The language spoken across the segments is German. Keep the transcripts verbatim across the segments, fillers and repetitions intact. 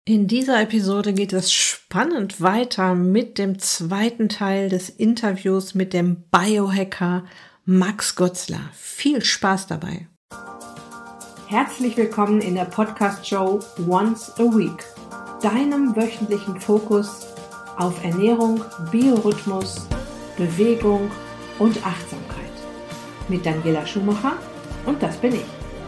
In dieser Episode geht es spannend weiter mit dem zweiten Teil des Interviews mit dem Biohacker Max Gotzler. Viel Spaß dabei. Herzlich willkommen in der Podcast-Show Once a Week, deinem wöchentlichen Fokus auf Ernährung, Biorhythmus, Bewegung und Achtsamkeit. Mit Daniela Schumacher und das bin ich.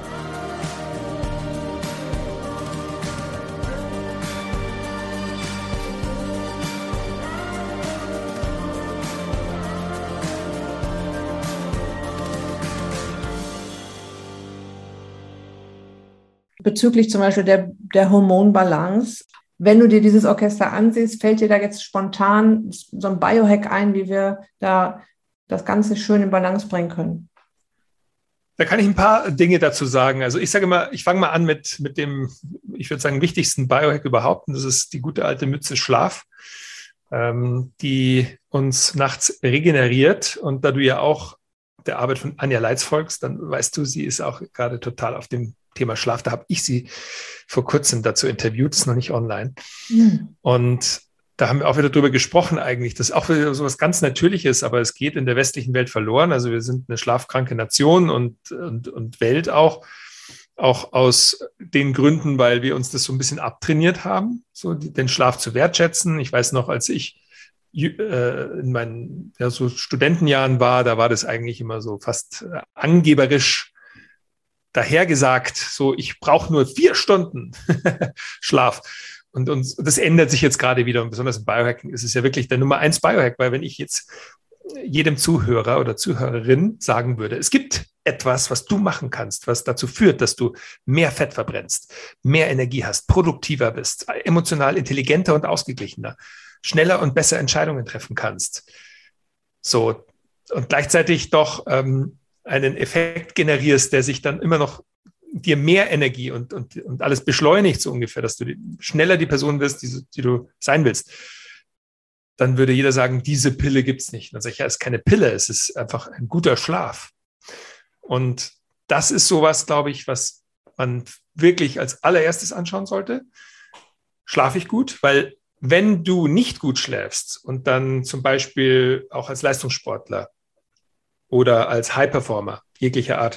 Bezüglich zum Beispiel der, der Hormonbalance. Wenn du dir dieses Orchester ansiehst, fällt dir da jetzt spontan so ein Biohack ein, wie wir da das Ganze schön in Balance bringen können? Da kann ich ein paar Dinge dazu sagen. Also ich sage immer, ich fange mal an mit, mit dem, ich würde sagen, wichtigsten Biohack überhaupt. Und das ist die gute alte Mütze Schlaf, ähm, die uns nachts regeneriert. Und da du ja auch der Arbeit von Anja Leitz folgst, dann weißt du, sie ist auch gerade total auf dem Thema Schlaf. Da habe ich sie vor kurzem dazu interviewt, ist noch nicht online. Mhm. Und da haben wir auch wieder drüber gesprochen eigentlich. Das ist auch wieder so was ganz Natürliches, aber es geht in der westlichen Welt verloren. Also wir sind eine schlafkranke Nation und, und, und Welt auch. Auch aus den Gründen, weil wir uns das so ein bisschen abtrainiert haben, so die, den Schlaf zu wertschätzen. Ich weiß noch, als ich äh, in meinen ja, so Studentenjahren war, da war das eigentlich immer so fast äh, angeberisch dahergesagt, so ich brauche nur vier Stunden Schlaf. Und, und das ändert sich jetzt gerade wieder. Und besonders im Biohacking ist es ja wirklich der Nummer eins Biohack, weil wenn ich jetzt jedem Zuhörer oder Zuhörerin sagen würde, es gibt etwas, was du machen kannst, was dazu führt, dass du mehr Fett verbrennst, mehr Energie hast, produktiver bist, emotional intelligenter und ausgeglichener, schneller und besser Entscheidungen treffen kannst. So, und gleichzeitig doch ähm, einen Effekt generierst, der sich dann immer noch dir mehr Energie und, und, und alles beschleunigt, so ungefähr, dass du die, schneller die Person wirst, die, die du sein willst, dann würde jeder sagen, diese Pille gibt es nicht. Dann sage ich, ja, es ist keine Pille, es ist einfach ein guter Schlaf. Und das ist sowas, glaube ich, was man wirklich als allererstes anschauen sollte. Schlafe ich gut? Weil wenn du nicht gut schläfst und dann zum Beispiel auch als Leistungssportler oder als High-Performer jeglicher Art,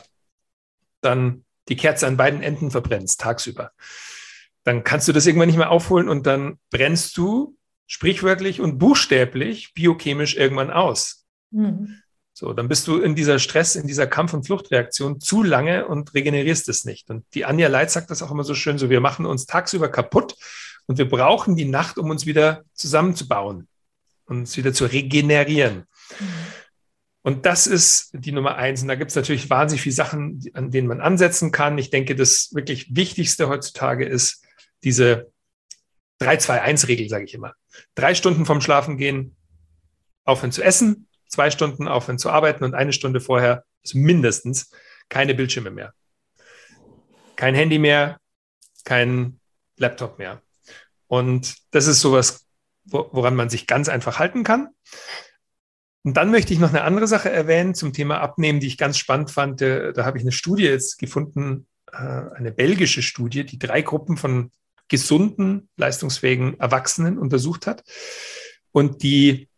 dann die Kerze an beiden Enden verbrennst tagsüber, dann kannst du das irgendwann nicht mehr aufholen und dann brennst du sprichwörtlich und buchstäblich biochemisch irgendwann aus. Mhm. So, dann bist du in dieser Stress, in dieser Kampf- und Fluchtreaktion zu lange und regenerierst es nicht. Und die Anja Leitz sagt das auch immer so schön, so wir machen uns tagsüber kaputt und wir brauchen die Nacht, um uns wieder zusammenzubauen, uns wieder zu regenerieren. Mhm. Und das ist die Nummer eins. Und da gibt es natürlich wahnsinnig viele Sachen, an denen man ansetzen kann. Ich denke, das wirklich Wichtigste heutzutage ist diese drei zwei eins Regel, sage ich immer. Drei Stunden vorm Schlafen gehen, aufhören zu essen, zwei Stunden aufhören zu arbeiten und eine Stunde vorher, also mindestens, keine Bildschirme mehr. Kein Handy mehr, kein Laptop mehr. Und das ist sowas, woran man sich ganz einfach halten kann. Und dann möchte ich noch eine andere Sache erwähnen zum Thema Abnehmen, die ich ganz spannend fand. Da habe ich eine Studie jetzt gefunden, eine belgische Studie, die drei Gruppen von gesunden, leistungsfähigen Erwachsenen untersucht hat und die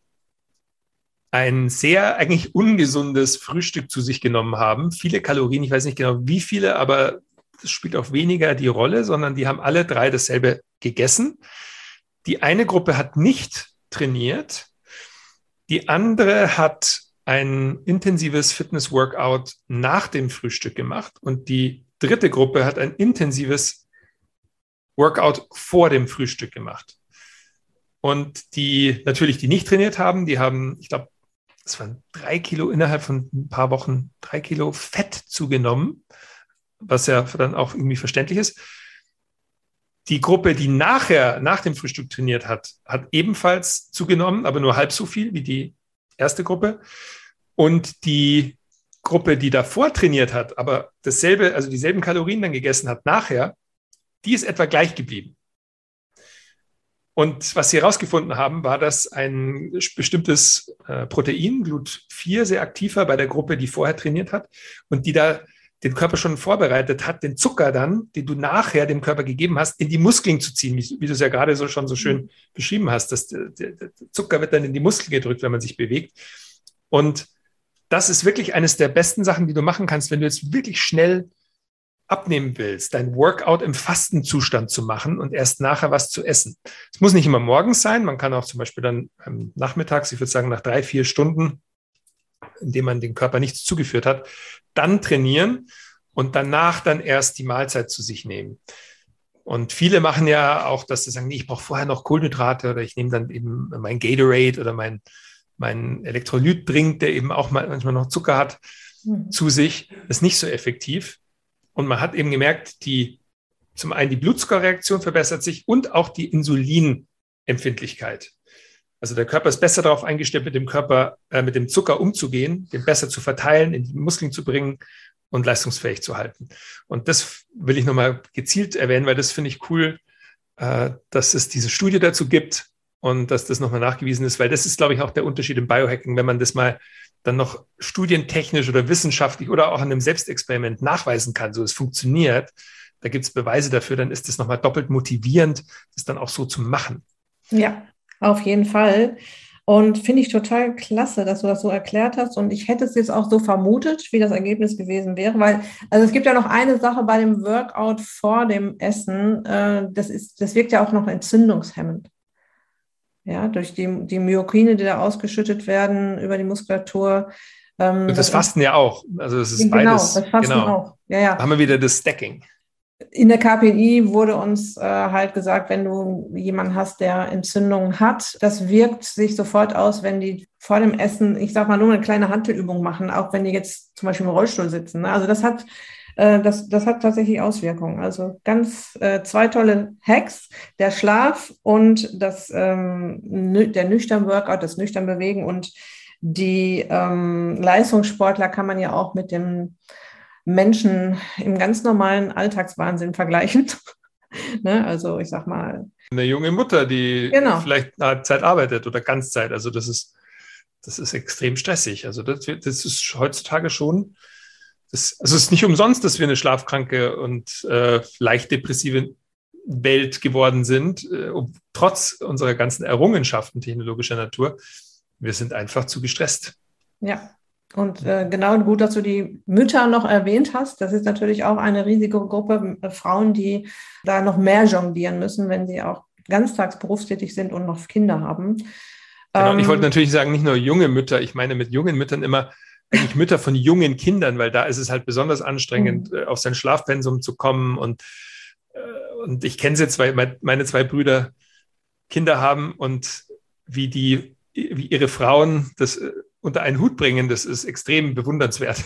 ein sehr eigentlich ungesundes Frühstück zu sich genommen haben. Viele Kalorien, ich weiß nicht genau wie viele, aber das spielt auch weniger die Rolle, sondern die haben alle drei dasselbe gegessen. Die eine Gruppe hat nicht trainiert. Die andere hat ein intensives Fitness-Workout nach dem Frühstück gemacht und die dritte Gruppe hat ein intensives Workout vor dem Frühstück gemacht. Und die natürlich, die nicht trainiert haben, die haben, ich glaube, es waren drei Kilo innerhalb von ein paar Wochen, drei Kilo Fett zugenommen, was ja dann auch irgendwie verständlich ist. Die Gruppe, die nachher, nach dem Frühstück trainiert hat, hat ebenfalls zugenommen, aber nur halb so viel wie die erste Gruppe. Und die Gruppe, die davor trainiert hat, aber dasselbe, also dieselben Kalorien dann gegessen hat nachher, die ist etwa gleich geblieben. Und was sie herausgefunden haben, war, dass ein bestimmtes äh, Protein, Glut vier, sehr aktiv war bei der Gruppe, die vorher trainiert hat und die da den Körper schon vorbereitet hat, den Zucker dann, den du nachher dem Körper gegeben hast, in die Muskeln zu ziehen, wie, wie du es ja gerade so schon so schön beschrieben hast. Dass der, der, der Zucker wird dann in die Muskeln gedrückt, wenn man sich bewegt. Und das ist wirklich eines der besten Sachen, die du machen kannst, wenn du jetzt wirklich schnell abnehmen willst, dein Workout im Fastenzustand zu machen und erst nachher was zu essen. Es muss nicht immer morgens sein, man kann auch zum Beispiel dann ähm, nachmittags, ich würde sagen nach drei, vier Stunden, indem man den Körper nichts zugeführt hat, dann trainieren und danach dann erst die Mahlzeit zu sich nehmen. Und viele machen ja auch, dass sie sagen, nee, ich brauche vorher noch Kohlenhydrate oder ich nehme dann eben mein Gatorade oder mein, mein Elektrolytdrink, der eben auch manchmal noch Zucker hat, mhm. zu sich. Das ist nicht so effektiv. Und man hat eben gemerkt, die, zum einen die Blutzuckerreaktion verbessert sich und auch die Insulinempfindlichkeit. Also der Körper ist besser darauf eingestellt, mit dem Körper, äh, mit dem Zucker umzugehen, den besser zu verteilen, in die Muskeln zu bringen und leistungsfähig zu halten. Und das will ich nochmal gezielt erwähnen, weil das finde ich cool, äh, dass es diese Studie dazu gibt und dass das nochmal nachgewiesen ist, weil das ist, glaube ich, auch der Unterschied im Biohacking, wenn man das mal dann noch studientechnisch oder wissenschaftlich oder auch an einem Selbstexperiment nachweisen kann, so es funktioniert, da gibt es Beweise dafür, dann ist das nochmal doppelt motivierend, das dann auch so zu machen. Ja, auf jeden Fall. Und finde ich total klasse, dass du das so erklärt hast. Und ich hätte es jetzt auch so vermutet, wie das Ergebnis gewesen wäre, weil, also es gibt ja noch eine Sache bei dem Workout vor dem Essen, äh, das ist, das wirkt ja auch noch entzündungshemmend. Ja, durch die, die Myokine, die da ausgeschüttet werden über die Muskulatur. Ähm, Und das, das Fasten ist, ja auch. Also es ist genau, beides. Das Fasten genau. auch. Ja, ja. Da haben wir wieder das Stacking. In der K P N I wurde uns äh, halt gesagt, wenn du jemanden hast, der Entzündungen hat, das wirkt sich sofort aus, wenn die vor dem Essen, ich sag mal, nur eine kleine Hantelübung machen, auch wenn die jetzt zum Beispiel im Rollstuhl sitzen. Ne? Also das hat Das, das hat tatsächlich Auswirkungen. Also ganz äh, zwei tolle Hacks, der Schlaf und das, ähm, nü- der nüchtern Workout, das nüchtern Bewegen und die ähm, Leistungssportler kann man ja auch mit dem Menschen im ganz normalen Alltagswahnsinn vergleichen. Ne? Also ich sag mal. Eine junge Mutter, die genau. vielleicht Halbzeit arbeitet oder Ganzzeit. Also das ist, das ist extrem stressig. Also das, das ist heutzutage schon Das, also es ist nicht umsonst, dass wir eine schlafkranke und äh, leicht depressive Welt geworden sind, äh, trotz unserer ganzen Errungenschaften technologischer Natur. Wir sind einfach zu gestresst. Ja, und äh, genau gut, dass du die Mütter noch erwähnt hast. Das ist natürlich auch eine riesige Gruppe äh, Frauen, die da noch mehr jonglieren müssen, wenn sie auch ganztags berufstätig sind und noch Kinder haben. Genau, ähm, und ich wollte natürlich sagen, nicht nur junge Mütter, ich meine mit jungen Müttern immer eigentlich Mütter von jungen Kindern, weil da ist es halt besonders anstrengend, mhm. auf sein Schlafpensum zu kommen. Und, und ich kenne sie zwei, meine zwei Brüder Kinder haben und wie die, wie ihre Frauen das unter einen Hut bringen, das ist extrem bewundernswert.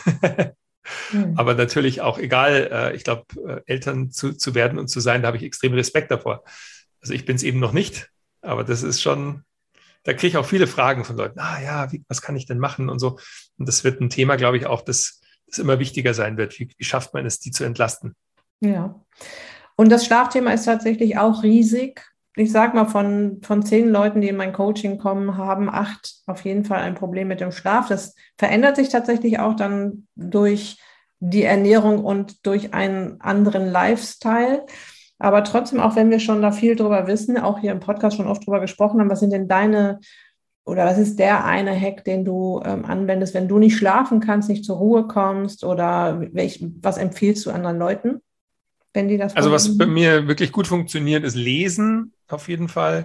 Mhm. Aber natürlich auch egal, ich glaube, Eltern zu, zu werden und zu sein, da habe ich extrem Respekt davor. Also ich bin es eben noch nicht, aber das ist schon... Da kriege ich auch viele Fragen von Leuten. Ah ja, wie, was kann ich denn machen und so. Und das wird ein Thema, glaube ich, auch, das, das immer wichtiger sein wird. Wie, wie schafft man es, die zu entlasten? Ja. Und das Schlafthema ist tatsächlich auch riesig. Ich sage mal, von, von zehn Leuten, die in mein Coaching kommen, haben acht auf jeden Fall ein Problem mit dem Schlaf. Das verändert sich tatsächlich auch dann durch die Ernährung und durch einen anderen Lifestyle. Aber trotzdem, auch wenn wir schon da viel drüber wissen, auch hier im Podcast schon oft drüber gesprochen haben, was sind denn deine, oder was ist der eine Hack, den du ähm, anwendest, wenn du nicht schlafen kannst, nicht zur Ruhe kommst, oder welch, was empfiehlst du anderen Leuten, wenn die das Also was bei mir wirklich gut funktioniert, ist Lesen auf jeden Fall.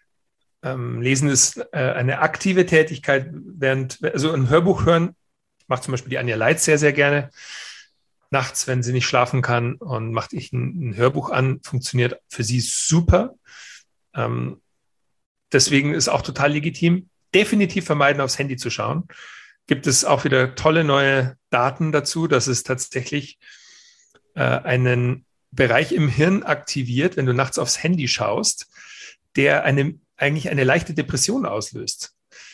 Ähm, Lesen ist äh, eine aktive Tätigkeit, während, also ein Hörbuch hören, macht zum Beispiel die Anja Leitz sehr, sehr gerne. Nachts, wenn sie nicht schlafen kann und macht ich ein, ein Hörbuch an, funktioniert für sie super. Ähm, deswegen ist auch total legitim, definitiv vermeiden, aufs Handy zu schauen. Gibt es auch wieder tolle neue Daten dazu, dass es tatsächlich äh, einen Bereich im Hirn aktiviert, wenn du nachts aufs Handy schaust, der eine, eigentlich eine leichte Depression auslöst.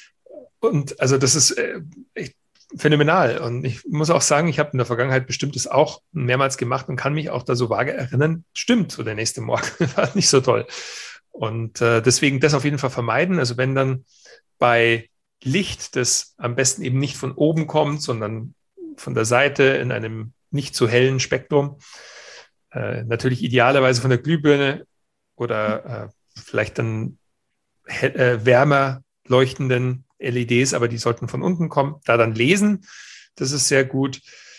Und also das ist äh, echt phänomenal. Und ich muss auch sagen, ich habe in der Vergangenheit bestimmt das auch mehrmals gemacht und kann mich auch da so vage erinnern, stimmt, so der nächste Morgen war nicht so toll. Und äh, deswegen das auf jeden Fall vermeiden. Also wenn dann bei Licht, das am besten eben nicht von oben kommt, sondern von der Seite in einem nicht so hellen Spektrum. Äh, natürlich idealerweise von der Glühbirne oder äh, vielleicht dann hell, äh, wärmer leuchtenden L E Ds, aber die sollten von unten kommen. Da dann lesen, das ist sehr gut.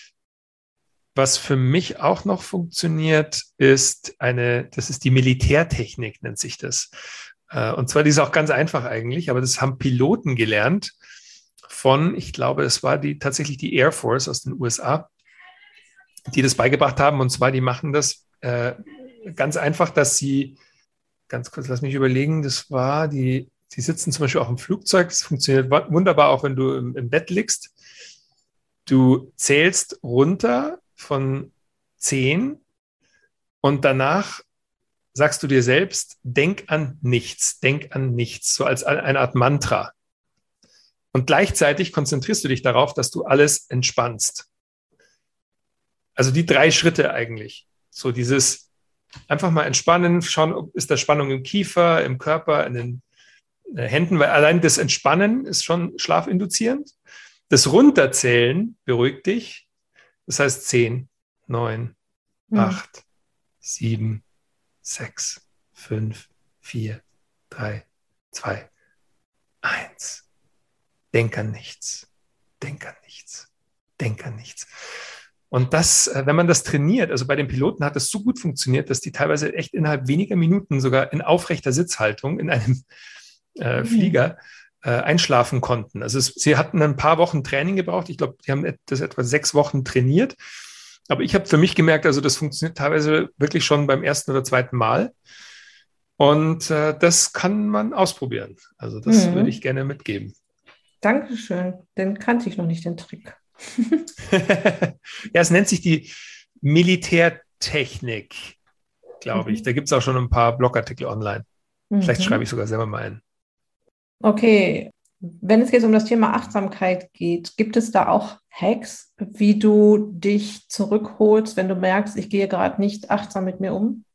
Was für mich auch noch funktioniert, ist eine, das ist die Militärtechnik, nennt sich das. Und zwar, die ist auch ganz einfach eigentlich, aber das haben Piloten gelernt von, ich glaube, es war die tatsächlich die Air Force aus den U S A, die das beigebracht haben. Und zwar, die machen das äh, ganz einfach, dass sie, ganz kurz, lass mich überlegen, das war die, die sitzen zum Beispiel auch im Flugzeug, das funktioniert wunderbar, auch wenn du im, im Bett liegst. Du zählst runter von zehn und danach sagst du dir selbst, denk an nichts, denk an nichts, so als eine Art Mantra. Und gleichzeitig konzentrierst du dich darauf, dass du alles entspannst. Also die drei Schritte eigentlich. So dieses einfach mal entspannen, schauen, ist da Spannung im Kiefer, im Körper, in den Händen, weil allein das Entspannen ist schon schlafinduzierend. Das Runterzählen beruhigt dich. Das heißt zehn, neun, acht, sieben, sechs, fünf, vier, drei, zwei, eins. Denk an nichts, denk an nichts, denk an nichts. Und das, wenn man das trainiert, also bei den Piloten hat das so gut funktioniert, dass die teilweise echt innerhalb weniger Minuten sogar in aufrechter Sitzhaltung in einem äh, mhm. Flieger äh, einschlafen konnten. Also es, sie hatten ein paar Wochen Training gebraucht. Ich glaube, die haben das etwa sechs Wochen trainiert. Aber ich habe für mich gemerkt, also das funktioniert teilweise wirklich schon beim ersten oder zweiten Mal. Und äh, das kann man ausprobieren. Also das mhm. würde ich gerne mitgeben. Dankeschön. Den kannte ich noch nicht, den Trick. Ja, es nennt sich die Militärtechnik, glaube ich. Da gibt es auch schon ein paar Blogartikel online. Mhm. Vielleicht schreibe ich sogar selber mal einen. Okay, wenn es jetzt um das Thema Achtsamkeit geht, gibt es da auch Hacks, wie du dich zurückholst, wenn du merkst, ich gehe gerade nicht achtsam mit mir um?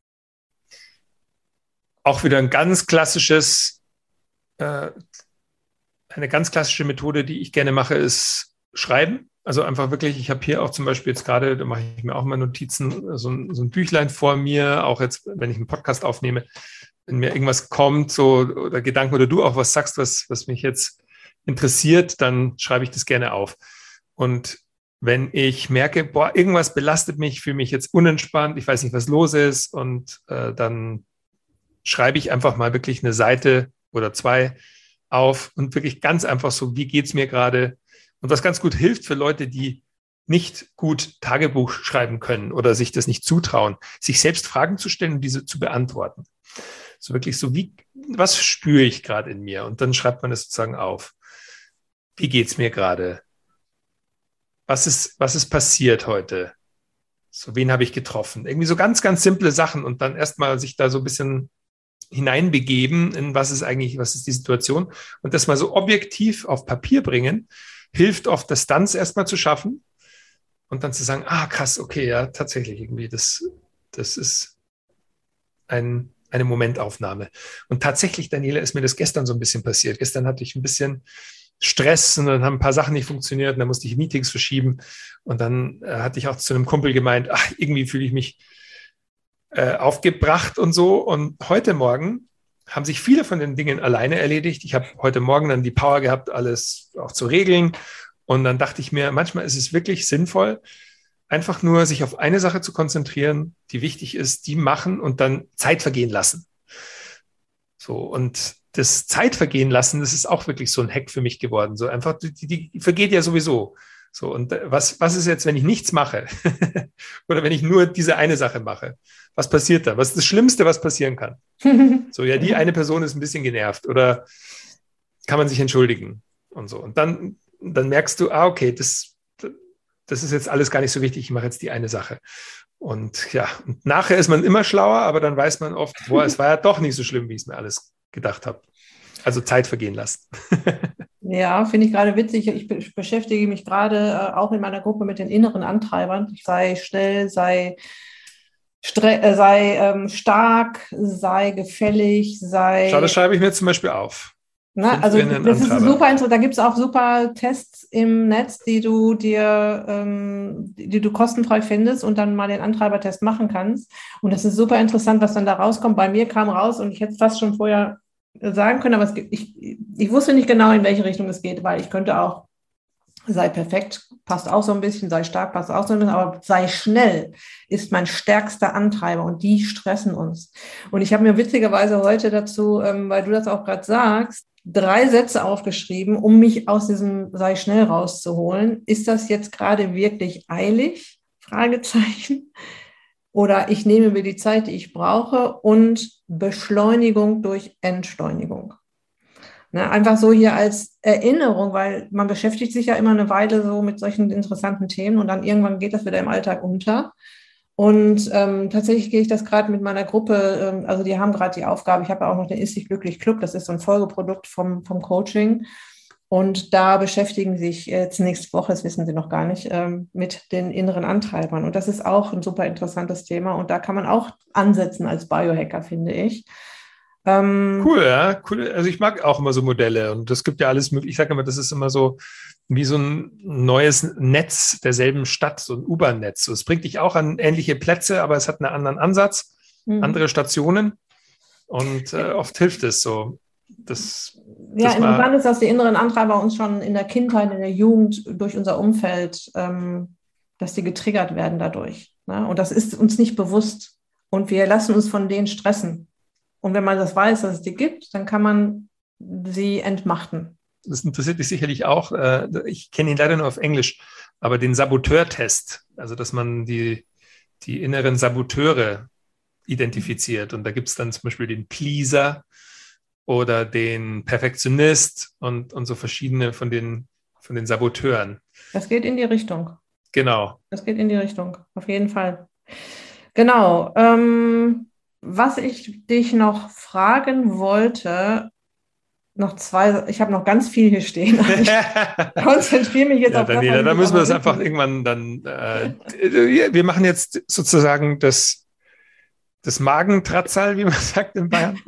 Auch wieder ein ganz klassisches, äh, eine ganz klassische Methode, die ich gerne mache, ist Schreiben. Also einfach wirklich, ich habe hier auch zum Beispiel jetzt gerade, da mache ich mir auch mal Notizen, so ein, so ein Büchlein vor mir, auch jetzt, wenn ich einen Podcast aufnehme, wenn mir irgendwas kommt, so oder Gedanken oder du auch was sagst, was, was mich jetzt interessiert, dann schreibe ich das gerne auf. Und wenn ich merke, boah, irgendwas belastet mich, fühle mich jetzt unentspannt, ich weiß nicht, was los ist, und äh, dann schreibe ich einfach mal wirklich eine Seite oder zwei auf und wirklich ganz einfach so, wie geht's mir gerade? Und was ganz gut hilft für Leute, die nicht gut Tagebuch schreiben können oder sich das nicht zutrauen, sich selbst Fragen zu stellen und diese zu beantworten. So wirklich so, wie, was spüre ich gerade in mir? Und dann schreibt man es sozusagen auf. Wie geht's mir gerade? Was ist, was ist passiert heute? So, wen habe ich getroffen? Irgendwie so ganz, ganz simple Sachen und dann erstmal sich da so ein bisschen hineinbegeben, in was ist eigentlich, was ist die Situation, und das mal so objektiv auf Papier bringen, hilft oft, Distanz erstmal zu schaffen und dann zu sagen, ah, krass, okay, ja, tatsächlich irgendwie, das, das ist ein, eine Momentaufnahme. Und tatsächlich, Daniela, ist mir das gestern so ein bisschen passiert. Gestern hatte ich ein bisschen Stress und dann haben ein paar Sachen nicht funktioniert und dann musste ich Meetings verschieben und dann äh, hatte ich auch zu einem Kumpel gemeint, ach, irgendwie fühle ich mich äh, aufgebracht und so. Und heute Morgen haben sich viele von den Dingen alleine erledigt. Ich habe heute Morgen dann die Power gehabt, alles auch zu regeln. Und dann dachte ich mir, manchmal ist es wirklich sinnvoll, einfach nur sich auf eine Sache zu konzentrieren, die wichtig ist, die machen und dann Zeit vergehen lassen. So, und das Zeitvergehen lassen, das ist auch wirklich so ein Hack für mich geworden. So einfach, die, die vergeht ja sowieso. So, und was, was ist jetzt, wenn ich nichts mache? Oder wenn ich nur diese eine Sache mache? Was passiert da? Was ist das Schlimmste, was passieren kann? So, ja, die eine Person ist ein bisschen genervt oder kann man sich entschuldigen und so. Und dann, dann merkst du, ah, okay, das, das ist jetzt alles gar nicht so wichtig, ich mache jetzt die eine Sache. Und ja, und nachher ist man immer schlauer, aber dann weiß man oft, boah, es war ja doch nicht so schlimm, wie ich es mir alles gedacht habe. Also Zeit vergehen lassen. Ja, finde ich gerade witzig. Ich be- beschäftige mich gerade äh, auch in meiner Gruppe mit den inneren Antreibern. Sei schnell, sei, stre- äh, sei ähm, stark, sei gefällig, sei... Schau, das schreibe ich mir zum Beispiel auf. Na, also das ist super interessant. Da gibt es auch super Tests im Netz, die du dir, ähm, die du kostenfrei findest und dann mal den Antreibertest machen kannst. Und das ist super interessant, was dann da rauskommt. Bei mir kam raus und ich hätte es fast schon vorher sagen können, aber es gibt, ich, ich wusste nicht genau, in welche Richtung es geht, weil ich könnte auch sei perfekt, passt auch so ein bisschen, sei stark, passt auch so ein bisschen, aber sei schnell ist mein stärkster Antreiber und die stressen uns. Und ich habe mir witzigerweise heute dazu, ähm, weil du das auch gerade sagst, drei Sätze aufgeschrieben, um mich aus diesem sei schnell rauszuholen. Ist das jetzt gerade wirklich eilig? Fragezeichen. Oder ich nehme mir die Zeit, die ich brauche und Beschleunigung durch Entschleunigung. Ne, einfach so hier als Erinnerung, weil man beschäftigt sich ja immer eine Weile so mit solchen interessanten Themen und dann irgendwann geht das wieder im Alltag unter. Und ähm, tatsächlich gehe ich das gerade mit meiner Gruppe, ähm, also die haben gerade die Aufgabe, ich habe ja auch noch den Ist dich glücklich Club, das ist so ein Folgeprodukt vom, vom Coaching. Und da beschäftigen sich jetzt nächste Woche, das wissen sie noch gar nicht, ähm, mit den inneren Antreibern. Und das ist auch ein super interessantes Thema. Und da kann man auch ansetzen als Biohacker, finde ich. Cool, ja, cool. Also ich mag auch immer so Modelle und das gibt ja alles möglich. Ich sage immer, das ist immer so wie so ein neues Netz derselben Stadt, so ein U-Bahn-Netz. So, es bringt dich auch an ähnliche Plätze, aber es hat einen anderen Ansatz, mhm. andere Stationen und äh, oft hilft es so. Das, ja, interessant ist, dass die inneren Antreiber uns schon in der Kindheit, in der Jugend durch unser Umfeld, ähm, dass die getriggert werden dadurch. Ne? Und das ist uns nicht bewusst und wir lassen uns von denen stressen. Und wenn man das weiß, dass es die gibt, dann kann man sie entmachten. Das interessiert dich sicherlich auch. Ich kenne ihn leider nur auf Englisch, aber den Saboteur-Test, also dass man die, die inneren Saboteure identifiziert. Und da gibt es dann zum Beispiel den Pleaser oder den Perfektionist und, und so verschiedene von den, von den Saboteuren. Das geht in die Richtung. Genau. Das geht in die Richtung, auf jeden Fall. Genau. Ähm, Was ich dich noch fragen wollte, noch zwei, ich habe noch ganz viel hier stehen. Ich konzentriere mich jetzt ja, auf Daniela, da müssen wir das einfach irgendwann dann, äh, wir machen jetzt sozusagen das, das Magentratzal, wie man sagt in Bayern,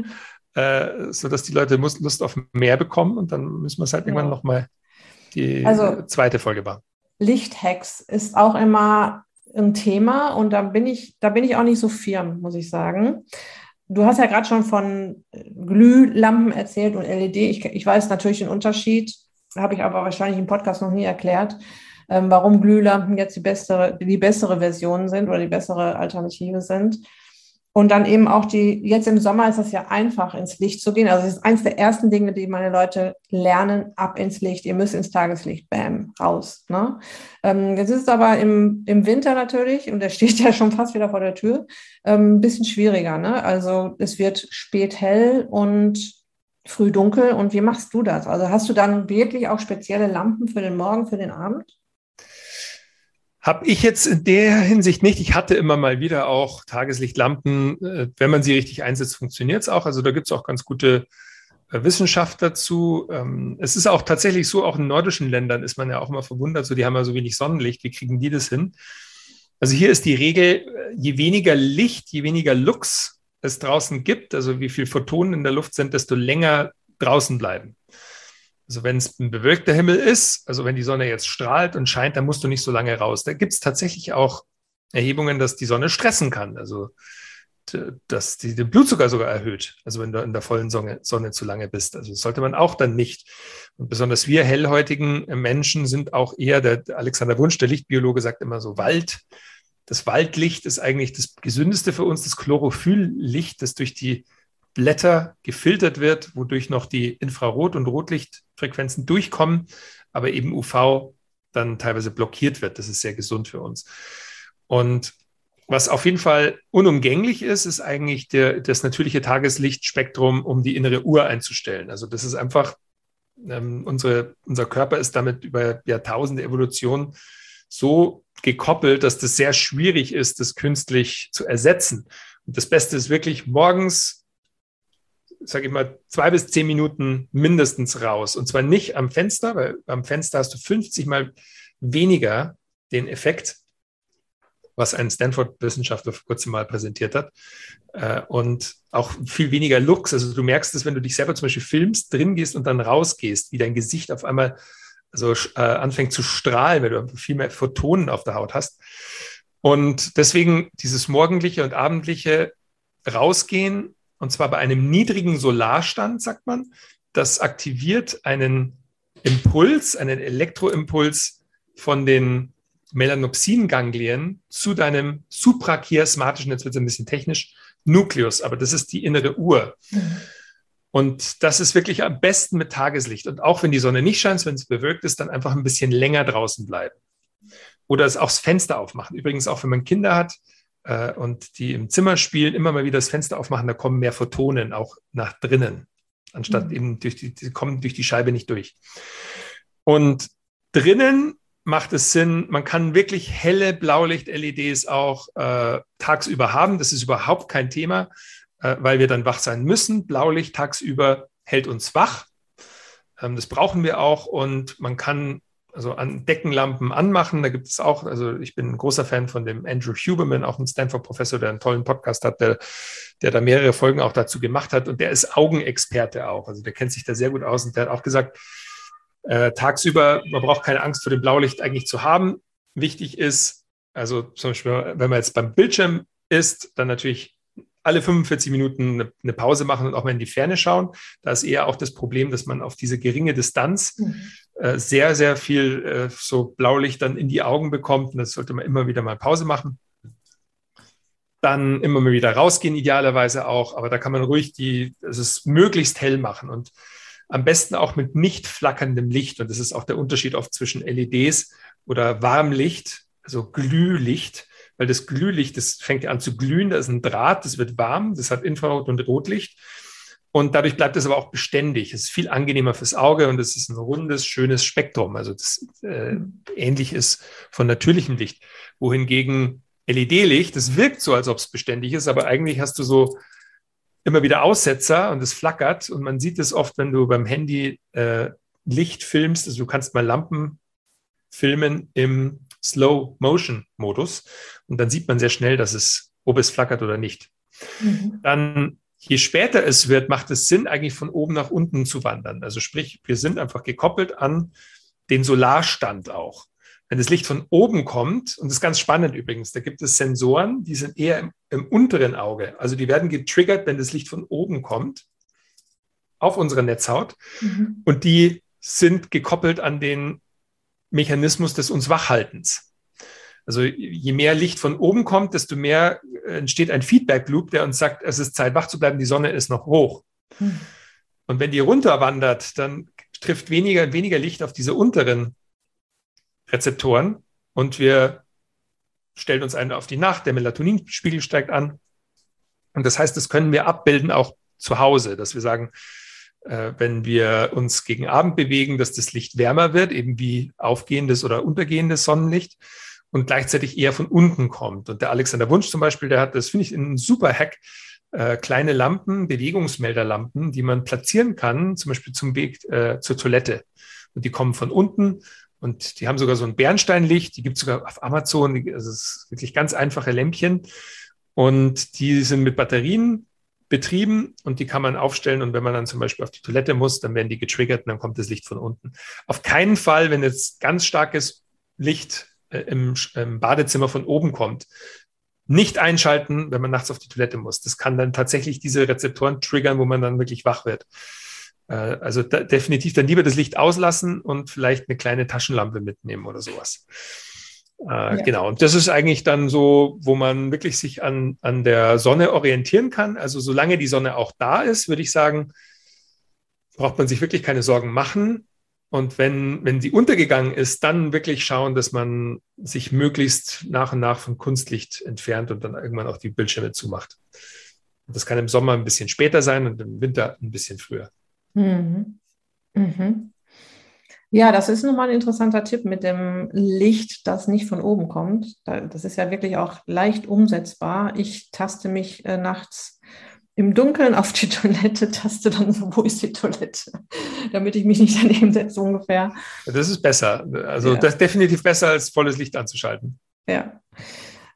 äh, sodass die Leute Lust auf mehr bekommen und dann müssen wir es halt ja. irgendwann nochmal die also, zweite Folge machen. Lichthacks ist auch immer ein Thema und da bin ich, da bin ich auch nicht so firm, muss ich sagen. Du hast ja gerade schon von Glühlampen erzählt und L E D. Ich, ich weiß natürlich den Unterschied, habe ich aber wahrscheinlich im Podcast noch nie erklärt, ähm, warum Glühlampen jetzt die bessere, die bessere Version sind oder die bessere Alternative sind. Und dann eben auch die, jetzt im Sommer ist es ja einfach, ins Licht zu gehen. Also das ist eins der ersten Dinge, die meine Leute lernen, ab ins Licht. Ihr müsst ins Tageslicht, bam, raus. Ne? Ähm, jetzt ist es aber im, im Winter natürlich, und der steht ja schon fast wieder vor der Tür, ähm, ein bisschen schwieriger. Ne? Also es wird spät hell und früh dunkel. Und wie machst du das? Also hast du dann wirklich auch spezielle Lampen für den Morgen, für den Abend? Habe ich jetzt in der Hinsicht nicht. Ich hatte immer mal wieder auch Tageslichtlampen. Wenn man sie richtig einsetzt, funktioniert es auch. Also da gibt es auch ganz gute Wissenschaft dazu. Es ist auch tatsächlich so, auch in nordischen Ländern ist man ja auch immer verwundert, so die haben ja so wenig Sonnenlicht. Wie kriegen die das hin? Also hier ist die Regel, je weniger Licht, je weniger Lux es draußen gibt, also wie viel Photonen in der Luft sind, desto länger draußen bleiben. Also wenn es ein bewölkter Himmel ist, also wenn die Sonne jetzt strahlt und scheint, dann musst du nicht so lange raus. Da gibt es tatsächlich auch Erhebungen, dass die Sonne stressen kann, also dass die den Blutzucker sogar erhöht, also wenn du in der vollen Sonne, Sonne zu lange bist. Also das sollte man auch dann nicht. Und besonders wir hellhäutigen Menschen sind auch eher, der Alexander Wunsch, der Lichtbiologe, sagt immer so, Wald. Das Waldlicht ist eigentlich das Gesündeste für uns, das Chlorophylllicht, das durch die Blätter gefiltert wird, wodurch noch die Infrarot- und Rotlichtfrequenzen durchkommen, aber eben U V dann teilweise blockiert wird. Das ist sehr gesund für uns. Und was auf jeden Fall unumgänglich ist, ist eigentlich der, das natürliche Tageslichtspektrum, um die innere Uhr einzustellen. Also das ist einfach, ähm, unsere, unser Körper ist damit über Jahrtausende Evolution so gekoppelt, dass das sehr schwierig ist, das künstlich zu ersetzen. Und das Beste ist wirklich morgens, sage ich mal, zwei bis zehn Minuten mindestens raus. Und zwar nicht am Fenster, weil am Fenster hast du fünfzig Mal weniger den Effekt, was ein Stanford-Wissenschaftler vor kurzem mal präsentiert hat. Äh, und auch viel weniger Lux. Also du merkst es, wenn du dich selber zum Beispiel filmst, drin gehst und dann rausgehst, wie dein Gesicht auf einmal also, äh, anfängt zu strahlen, weil du viel mehr Photonen auf der Haut hast. Und deswegen dieses morgendliche und abendliche Rausgehen, und zwar bei einem niedrigen Solarstand, sagt man, das aktiviert einen Impuls, einen Elektroimpuls von den Melanopsin-Ganglien zu deinem suprachiasmatischen, jetzt wird es ein bisschen technisch, Nukleus, aber das ist die innere Uhr. Mhm. Und das ist wirklich am besten mit Tageslicht. Und auch wenn die Sonne nicht scheint, wenn es bewölkt ist, dann einfach ein bisschen länger draußen bleiben. Oder es auch das Fenster aufmachen. Übrigens auch, wenn man Kinder hat äh, und die im Zimmer spielen, immer mal wieder das Fenster aufmachen, da kommen mehr Photonen auch nach drinnen, anstatt mhm. eben durch die, die kommen durch die Scheibe nicht durch. Und drinnen macht es Sinn, man kann wirklich helle Blaulicht-L E Ds auch äh, tagsüber haben. Das ist überhaupt kein Thema, äh, weil wir dann wach sein müssen. Blaulicht tagsüber hält uns wach. Ähm, das brauchen wir auch. Und man kann also an Deckenlampen anmachen. Da gibt es auch, also ich bin ein großer Fan von dem Andrew Huberman, auch ein Stanford-Professor, der einen tollen Podcast hat, der, der da mehrere Folgen auch dazu gemacht hat. Und der ist Augenexperte auch. Also der kennt sich da sehr gut aus. Und der hat auch gesagt, Äh, tagsüber, man braucht keine Angst vor dem Blaulicht eigentlich zu haben. Wichtig ist, also zum Beispiel, wenn man jetzt beim Bildschirm ist, dann natürlich alle fünfundvierzig Minuten eine, eine Pause machen und auch mal in die Ferne schauen. Da ist eher auch das Problem, dass man auf diese geringe Distanz mhm. äh, sehr, sehr viel äh, so Blaulicht dann in die Augen bekommt. Und das sollte man immer wieder mal Pause machen. Dann immer mal wieder rausgehen, idealerweise auch. Aber da kann man ruhig die, es ist möglichst hell machen und am besten auch mit nicht flackerndem Licht. Und das ist auch der Unterschied oft zwischen L E Ds oder Warmlicht, also Glühlicht, weil das Glühlicht, das fängt ja an zu glühen, da ist ein Draht, das wird warm, das hat Infrarot- und Rotlicht. Und dadurch bleibt es aber auch beständig. Es ist viel angenehmer fürs Auge und es ist ein rundes, schönes Spektrum. Also das äh, ähnlich ist von natürlichem Licht. Wohingegen L E D-Licht, das wirkt so, als ob es beständig ist, aber eigentlich hast du so immer wieder Aussetzer und es flackert und man sieht es oft, wenn du beim Handy äh, Licht filmst, also du kannst mal Lampen filmen im Slow-Motion-Modus und dann sieht man sehr schnell, dass es, ob es flackert oder nicht. Mhm. Dann, je später es wird, macht es Sinn, eigentlich von oben nach unten zu wandern. Also sprich, wir sind einfach gekoppelt an den Solarstand auch. Wenn das Licht von oben kommt, und das ist ganz spannend übrigens, da gibt es Sensoren, die sind eher im, im unteren Auge. Also die werden getriggert, wenn das Licht von oben kommt, auf unsere Netzhaut. Mhm. Und die sind gekoppelt an den Mechanismus des uns Wachhaltens. Also je mehr Licht von oben kommt, desto mehr entsteht ein Feedback-Loop, der uns sagt, es ist Zeit, wach zu bleiben, die Sonne ist noch hoch. Mhm. Und wenn die runterwandert, dann trifft weniger, weniger Licht auf diese unteren Rezeptoren und wir stellen uns einen auf die Nacht, der Melatoninspiegel steigt an. Und das heißt, das können wir abbilden auch zu Hause, dass wir sagen, äh, wenn wir uns gegen Abend bewegen, dass das Licht wärmer wird, eben wie aufgehendes oder untergehendes Sonnenlicht und gleichzeitig eher von unten kommt. Und der Alexander Wunsch zum Beispiel, der hat, das finde ich ein super Hack, äh, kleine Lampen, Bewegungsmelderlampen, die man platzieren kann, zum Beispiel zum Weg äh, zur Toilette. Und die kommen von unten. Und die haben sogar so ein Bernsteinlicht, die gibt es sogar auf Amazon, also es ist wirklich ganz einfache Lämpchen. Und die sind mit Batterien betrieben und die kann man aufstellen. Und wenn man dann zum Beispiel auf die Toilette muss, dann werden die getriggert und dann kommt das Licht von unten. Auf keinen Fall, wenn jetzt ganz starkes Licht äh, im, im Badezimmer von oben kommt, nicht einschalten, wenn man nachts auf die Toilette muss. Das kann dann tatsächlich diese Rezeptoren triggern, wo man dann wirklich wach wird. Also da, definitiv dann lieber das Licht auslassen und vielleicht eine kleine Taschenlampe mitnehmen oder sowas. Äh, ja. Genau, und das ist eigentlich dann so, wo man wirklich sich an, an der Sonne orientieren kann. Also solange die Sonne auch da ist, würde ich sagen, braucht man sich wirklich keine Sorgen machen. Und wenn, wenn sie untergegangen ist, dann wirklich schauen, dass man sich möglichst nach und nach von Kunstlicht entfernt und dann irgendwann auch die Bildschirme zumacht. Und das kann im Sommer ein bisschen später sein und im Winter ein bisschen früher. Mhm. Mhm. Ja, das ist nochmal ein interessanter Tipp mit dem Licht, das nicht von oben kommt. Das ist ja wirklich auch leicht umsetzbar. Ich taste mich äh, nachts im Dunkeln auf die Toilette, taste dann so, wo ist die Toilette, damit ich mich nicht daneben setze ungefähr. Das ist besser. Also ja. Das ist definitiv besser, als volles Licht anzuschalten. Ja.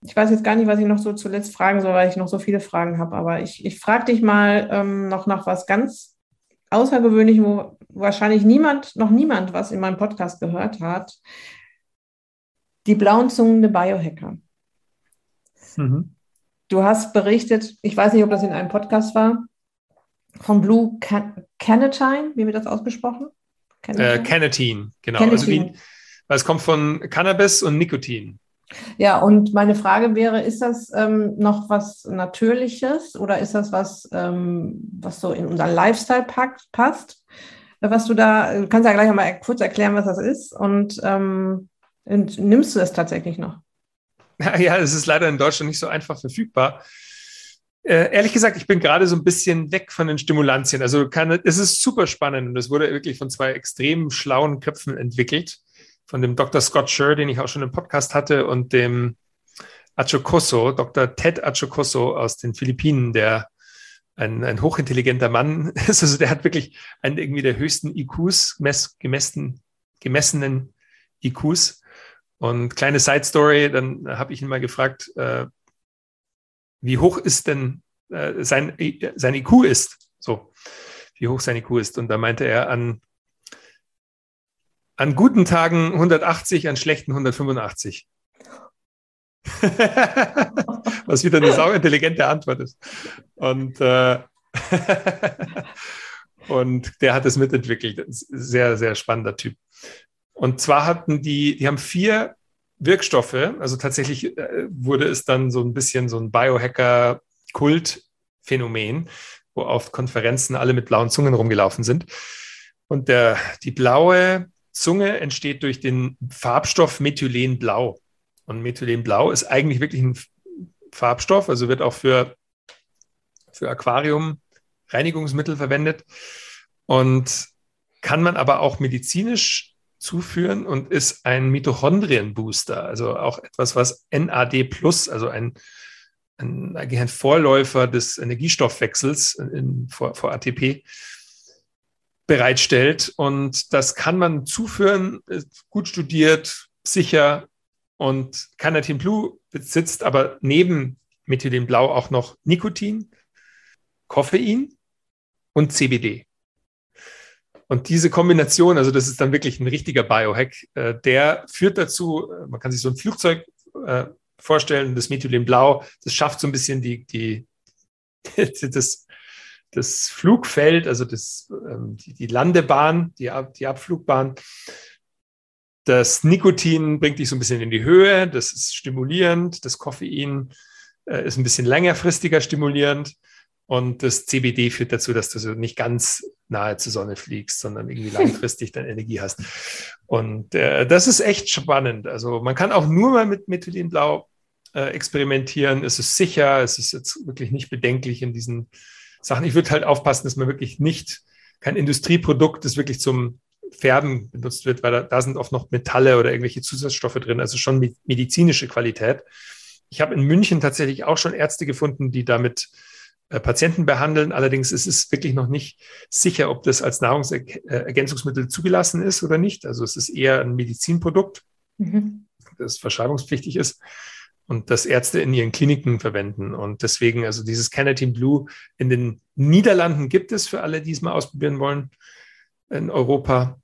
ich weiß jetzt gar nicht, was ich noch so zuletzt fragen soll, weil ich noch so viele Fragen habe, aber ich, ich frage dich mal ähm, noch nach was ganz Außergewöhnlichem, wo wahrscheinlich niemand, noch niemand was in meinem Podcast gehört hat. Die blauen Zungen der Biohacker. Mhm. Du hast berichtet, ich weiß nicht, ob das in einem Podcast war, von Blue Can- Carnitine, wie wird das ausgesprochen? Äh, Carnitine? Carnitine, genau. Also Carnitine. wie, weil es kommt von Cannabis und Nikotin. Ja, und meine Frage wäre, ist das ähm, noch was Natürliches oder ist das was, ähm, was so in unseren Lifestyle packt, passt? Was du da, du kannst ja gleich mal kurz erklären, was das ist und, ähm, und nimmst du es tatsächlich noch? Ja, es ist leider in Deutschland nicht so einfach verfügbar. Äh, ehrlich gesagt, ich bin gerade so ein bisschen weg von den Stimulantien. Also kann, es ist super spannend und es wurde wirklich von zwei extrem schlauen Köpfen entwickelt. Von dem Doktor Scott Scher, den ich auch schon im Podcast hatte, und dem Achocoso, Doktor Ted Achocoso aus den Philippinen, der ein, ein hochintelligenter Mann ist. Also der hat wirklich einen irgendwie der höchsten I Qs, mess, gemessen, gemessenen I Qs. Und kleine Side Story, dann habe ich ihn mal gefragt, äh, wie hoch ist denn äh, sein, sein I Q ist. So, wie hoch sein I Q ist. Und da meinte er, an, an guten Tagen hundertachtzig, an schlechten hundertfünfundachtzig. Was wieder eine sauintelligente Antwort ist. Und, äh, und der hat es mitentwickelt. Sehr, sehr spannender Typ. Und zwar hatten die, die haben vier Wirkstoffe, also tatsächlich äh, wurde es dann so ein bisschen so ein Biohacker-Kult-Phänomen, wo auf Konferenzen alle mit blauen Zungen rumgelaufen sind. Und der, die blaue Zunge entsteht durch den Farbstoff Methylenblau. Und Methylenblau ist eigentlich wirklich ein Farbstoff, also wird auch für, für Aquarium-Reinigungsmittel verwendet und kann man aber auch medizinisch zuführen und ist ein Mitochondrien-Booster, also auch etwas, was N A D plus, also ein, ein, ein Vorläufer des Energiestoffwechsels in, vor, vor A T P, bereitstellt. Und das kann man zuführen, gut studiert, sicher. Und Carnitine Blue besitzt aber neben Methylenblau auch noch Nikotin, Koffein und C B D. Und diese Kombination, also das ist dann wirklich ein richtiger Biohack, äh, der führt dazu, man kann sich so ein Flugzeug äh, vorstellen, das Methylenblau, das schafft so ein bisschen die, die, das, das Flugfeld, also das, ähm, die, die Landebahn, die, die Abflugbahn. Das Nikotin bringt dich so ein bisschen in die Höhe, das ist stimulierend, das Koffein äh, ist ein bisschen längerfristiger stimulierend. Und das C B D führt dazu, dass du so nicht ganz nahe zur Sonne fliegst, sondern irgendwie langfristig dann Energie hast. Und äh, das ist echt spannend. Also man kann auch nur mal mit Methylenblau äh, experimentieren. Es ist sicher, es ist jetzt wirklich nicht bedenklich in diesen Sachen. Ich würde halt aufpassen, dass man wirklich nicht, kein Industrieprodukt, das wirklich zum Färben benutzt wird, weil da, da sind oft noch Metalle oder irgendwelche Zusatzstoffe drin, also schon medizinische Qualität. Ich habe in München tatsächlich auch schon Ärzte gefunden, die damit Patienten behandeln. Allerdings ist es wirklich noch nicht sicher, ob das als Nahrungsergänzungsmittel zugelassen ist oder nicht. Also es ist eher ein Medizinprodukt, mhm. das verschreibungspflichtig ist und das Ärzte in ihren Kliniken verwenden. Und deswegen, also dieses Carnitine Blue in den Niederlanden gibt es für alle, die es mal ausprobieren wollen, in Europa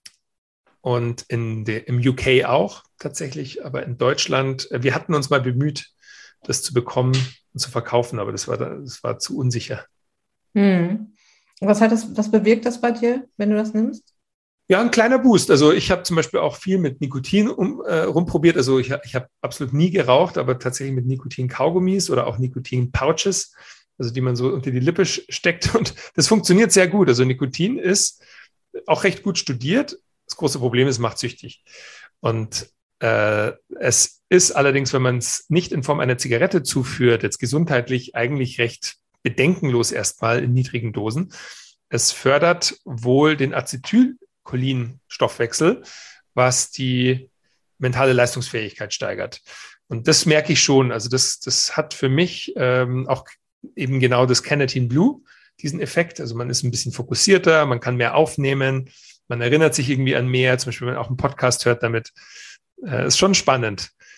und in der, im U K auch tatsächlich, aber in Deutschland, wir hatten uns mal bemüht, das zu bekommen und zu verkaufen, aber das war, das war zu unsicher. Hm. Was hat das, was bewirkt das bei dir, wenn du das nimmst? Ja, ein kleiner Boost. Also ich habe zum Beispiel auch viel mit Nikotin um, äh, rumprobiert. Also ich, ich habe absolut nie geraucht, aber tatsächlich mit Nikotin-Kaugummis oder auch Nikotin-Pouches, also die man so unter die Lippe steckt. Und das funktioniert sehr gut. Also Nikotin ist auch recht gut studiert. Das große Problem ist, es macht süchtig. Und äh, es ist allerdings, wenn man es nicht in Form einer Zigarette zuführt, jetzt gesundheitlich eigentlich recht bedenkenlos erstmal in niedrigen Dosen. Es fördert wohl den Acetylcholinstoffwechsel, was die mentale Leistungsfähigkeit steigert. Und das merke ich schon. Also das, das hat für mich ähm, auch eben genau das Carnitine Blue, diesen Effekt. Also man ist ein bisschen fokussierter, man kann mehr aufnehmen, man erinnert sich irgendwie an mehr, zum Beispiel wenn man auch einen Podcast hört damit. Äh, ist schon spannend.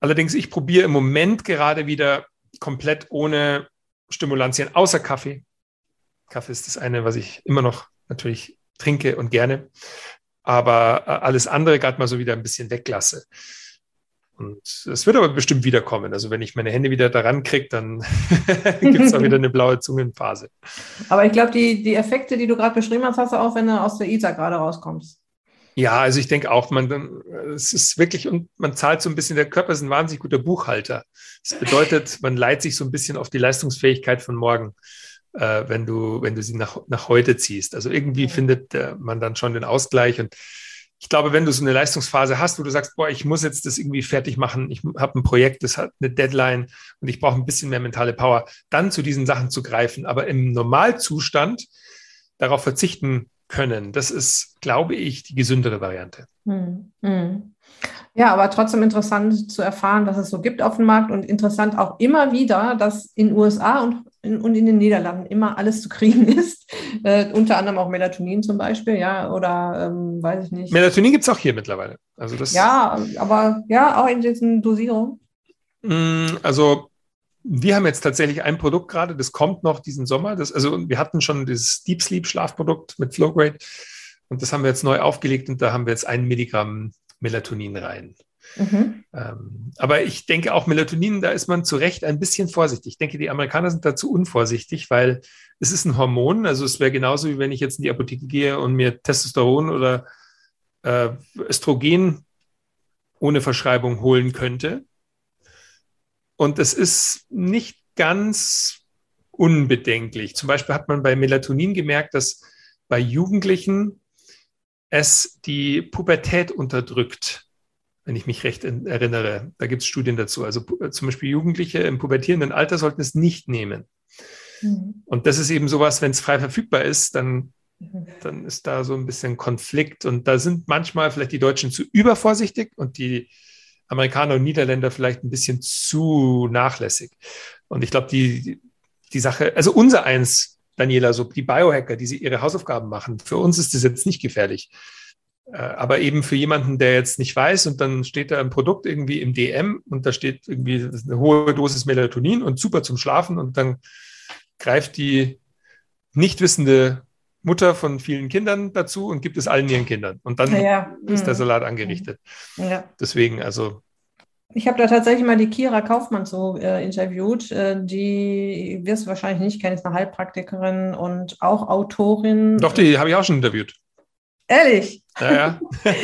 Allerdings, ich probiere im Moment gerade wieder komplett ohne Stimulantien, außer Kaffee. Kaffee ist das eine, was ich immer noch natürlich trinke und gerne. Aber alles andere gerade mal so wieder ein bisschen weglasse. Und es wird aber bestimmt wiederkommen. Also wenn ich meine Hände wieder daran kriege, dann gibt es auch wieder eine blaue Zungenphase. Aber ich glaube, die, die Effekte, die du gerade beschrieben hast, hast du auch, wenn du aus der I S A gerade rauskommst. Ja, also ich denke auch, man, es ist wirklich, und man zahlt so ein bisschen, der Körper ist ein wahnsinnig guter Buchhalter. Das bedeutet, man leiht sich so ein bisschen auf die Leistungsfähigkeit von morgen, äh, wenn du, wenn du sie nach, nach heute ziehst. Also irgendwie Mhm. findet äh, man dann schon den Ausgleich. Und ich glaube, wenn du so eine Leistungsphase hast, wo du sagst, boah, ich muss jetzt das irgendwie fertig machen, ich habe ein Projekt, das hat eine Deadline und ich brauche ein bisschen mehr mentale Power, dann zu diesen Sachen zu greifen. Aber im Normalzustand darauf verzichten können, das ist, glaube ich, die gesündere Variante. Hm, hm. Ja, aber trotzdem interessant zu erfahren, was es so gibt auf dem Markt und interessant auch immer wieder, dass in den U S A und in, und in den Niederlanden immer alles zu kriegen ist. Äh, unter anderem auch Melatonin zum Beispiel, ja, oder ähm, weiß ich nicht. Melatonin gibt es auch hier mittlerweile. Also das, Ja, aber ja, auch in diesen Dosierungen. mh, also wir haben jetzt tatsächlich ein Produkt gerade, das kommt noch diesen Sommer. Das, also wir hatten schon dieses Deep Sleep Schlafprodukt mit Flowgrade und das haben wir jetzt neu aufgelegt und da haben wir jetzt ein Milligramm Melatonin rein. Mhm. Ähm, aber ich denke auch Melatonin, da ist man zu Recht ein bisschen vorsichtig. Ich denke, die Amerikaner sind dazu unvorsichtig, weil es ist ein Hormon. Also es wäre genauso, wie wenn ich jetzt in die Apotheke gehe und mir Testosteron oder äh, Östrogen ohne Verschreibung holen könnte. Und es ist nicht ganz unbedenklich. Zum Beispiel hat man bei Melatonin gemerkt, dass bei Jugendlichen es die Pubertät unterdrückt, wenn ich mich recht erinnere. Da gibt es Studien dazu. Also zum Beispiel Jugendliche im pubertierenden Alter sollten es nicht nehmen. Mhm. Und das ist eben sowas, wenn es frei verfügbar ist, dann, Mhm. dann ist da so ein bisschen Konflikt. Und da sind manchmal vielleicht die Deutschen zu übervorsichtig und die Amerikaner und Niederländer vielleicht ein bisschen zu nachlässig. Und ich glaube, die, die Sache, also unser eins, Daniela, so die Biohacker, die sie ihre Hausaufgaben machen, für uns ist das jetzt nicht gefährlich. Aber eben für jemanden, der jetzt nicht weiß und dann steht da ein Produkt irgendwie im D M und da steht irgendwie eine hohe Dosis Melatonin und super zum Schlafen und dann greift die nicht wissende Mutter von vielen Kindern dazu und gibt es allen ihren Kindern. Und dann Ja. ist der Mhm. Salat angerichtet. Ja. Deswegen, also. Ich habe da tatsächlich mal die Kira Kaufmann so äh, interviewt. Äh, die wirst du wahrscheinlich nicht kennen, ist eine Heilpraktikerin und auch Autorin. Doch, die habe ich auch schon interviewt. Ehrlich? Ja, ja.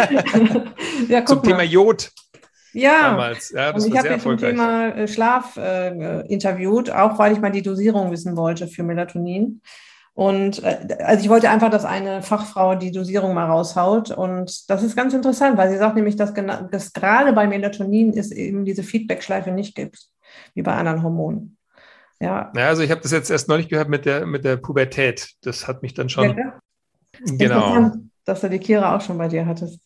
Ja, Zum guck Thema mal. Jod Ja, damals. Ja, und das ich war habe sehr die zum erfolgreich. Thema äh, Schlaf äh, interviewt, auch weil ich mal die Dosierung wissen wollte für Melatonin. Und äh, also ich wollte einfach, dass eine Fachfrau die Dosierung mal raushaut. Und das ist ganz interessant, weil sie sagt nämlich, dass, gena- dass gerade bei Melatonin es eben diese Feedback-Schleife nicht gibt, wie bei anderen Hormonen. Ja, Ja, also ich habe das jetzt erst neulich gehört mit der, mit der Pubertät. Das hat mich dann ja, schon, klar. genau. Interessant, dass du die Kira auch schon bei dir hattest.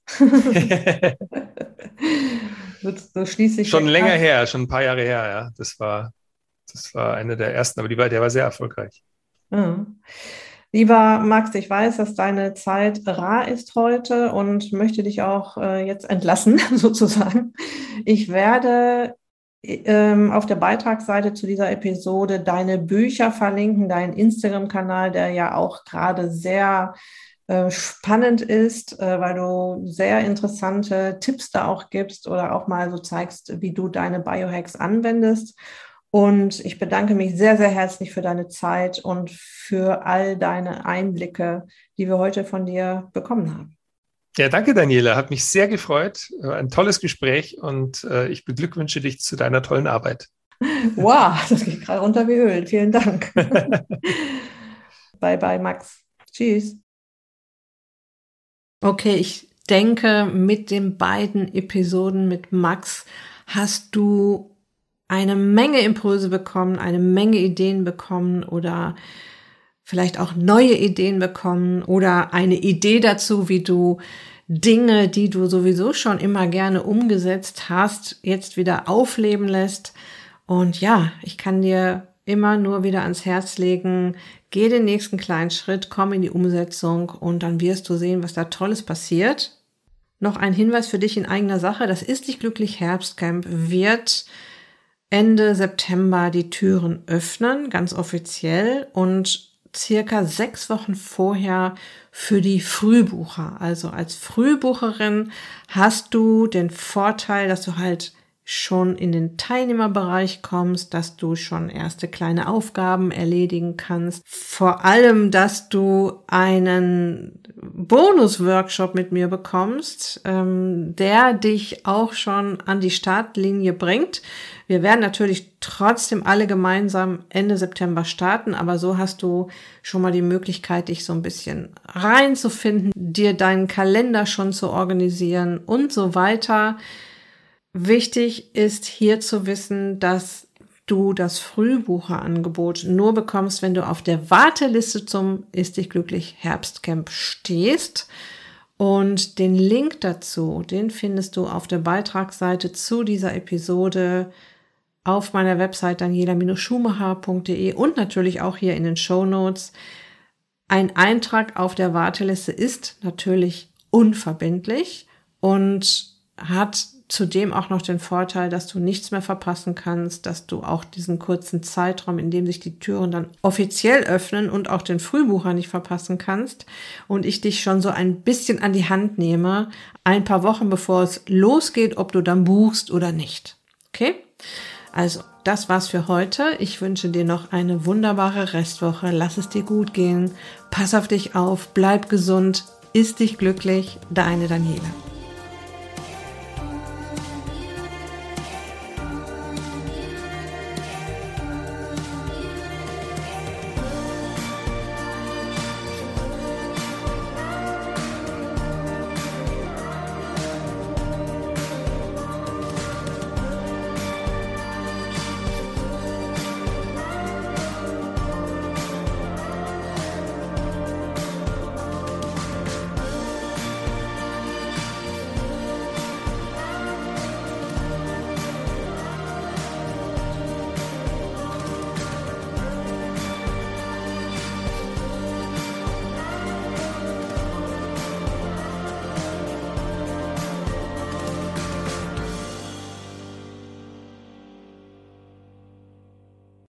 So, so schließt sich der Schon länger Kreis. her, schon ein paar Jahre her, ja. Das war, das war eine der ersten, aber die war, der war sehr erfolgreich. Ja. Lieber Max, ich weiß, dass deine Zeit rar ist heute und möchte dich auch äh, jetzt entlassen, sozusagen. Ich werde ähm, auf der Beitragsseite zu dieser Episode deine Bücher verlinken, deinen Instagram-Kanal, der ja auch gerade sehr äh, spannend ist, äh, weil du sehr interessante Tipps da auch gibst oder auch mal so zeigst, wie du deine Biohacks anwendest. Und ich bedanke mich sehr, sehr herzlich für deine Zeit und für all deine Einblicke, die wir heute von dir bekommen haben. Ja, danke, Daniela. Hat mich sehr gefreut. Ein tolles Gespräch und äh, ich beglückwünsche dich zu deiner tollen Arbeit. Wow, das geht gerade runter wie Öl. Vielen Dank. Bye, bye, Max. Tschüss. Okay, ich denke, mit den beiden Episoden mit Max hast du eine Menge Impulse bekommen, eine Menge Ideen bekommen oder vielleicht auch neue Ideen bekommen oder eine Idee dazu, wie du Dinge, die du sowieso schon immer gerne umgesetzt hast, jetzt wieder aufleben lässt. Und ja, ich kann dir immer nur wieder ans Herz legen, geh den nächsten kleinen Schritt, komm in die Umsetzung und dann wirst du sehen, was da Tolles passiert. noch ein Hinweis für dich in eigener Sache. Das Ist dich glücklich Herbstcamp wird Ende September die Türen öffnen, ganz offiziell, und circa sechs Wochen vorher für die Frühbucher. Also als Frühbucherin hast du den Vorteil, dass du halt schon in den Teilnehmerbereich kommst, dass du schon erste kleine Aufgaben erledigen kannst. Vor allem, dass du einen Bonus-Workshop mit mir bekommst, ähm, der dich auch schon an die Startlinie bringt. Wir werden natürlich trotzdem alle gemeinsam Ende September starten, aber so hast du schon mal die Möglichkeit, dich so ein bisschen reinzufinden, dir deinen Kalender schon zu organisieren und so weiter. Wichtig ist hier zu wissen, dass du das Frühbucherangebot nur bekommst, wenn du auf der Warteliste zum Ist dich glücklich Herbstcamp stehst. Und den Link dazu, den findest du auf der Beitragsseite zu dieser Episode auf meiner Website daniela schumacher punkt de und natürlich auch hier in den Shownotes. Ein Eintrag auf der Warteliste ist natürlich unverbindlich und hat zudem auch noch den Vorteil, dass du nichts mehr verpassen kannst, dass du auch diesen kurzen Zeitraum, in dem sich die Türen dann offiziell öffnen und auch den Frühbucher nicht verpassen kannst und ich dich schon so ein bisschen an die Hand nehme, ein paar Wochen bevor es losgeht, ob du dann buchst oder nicht. Okay? Also, das war's für heute. Ich wünsche dir noch eine wunderbare Restwoche. Lass es dir gut gehen. Pass auf dich auf. Bleib gesund. Ist dich glücklich. Deine Daniela.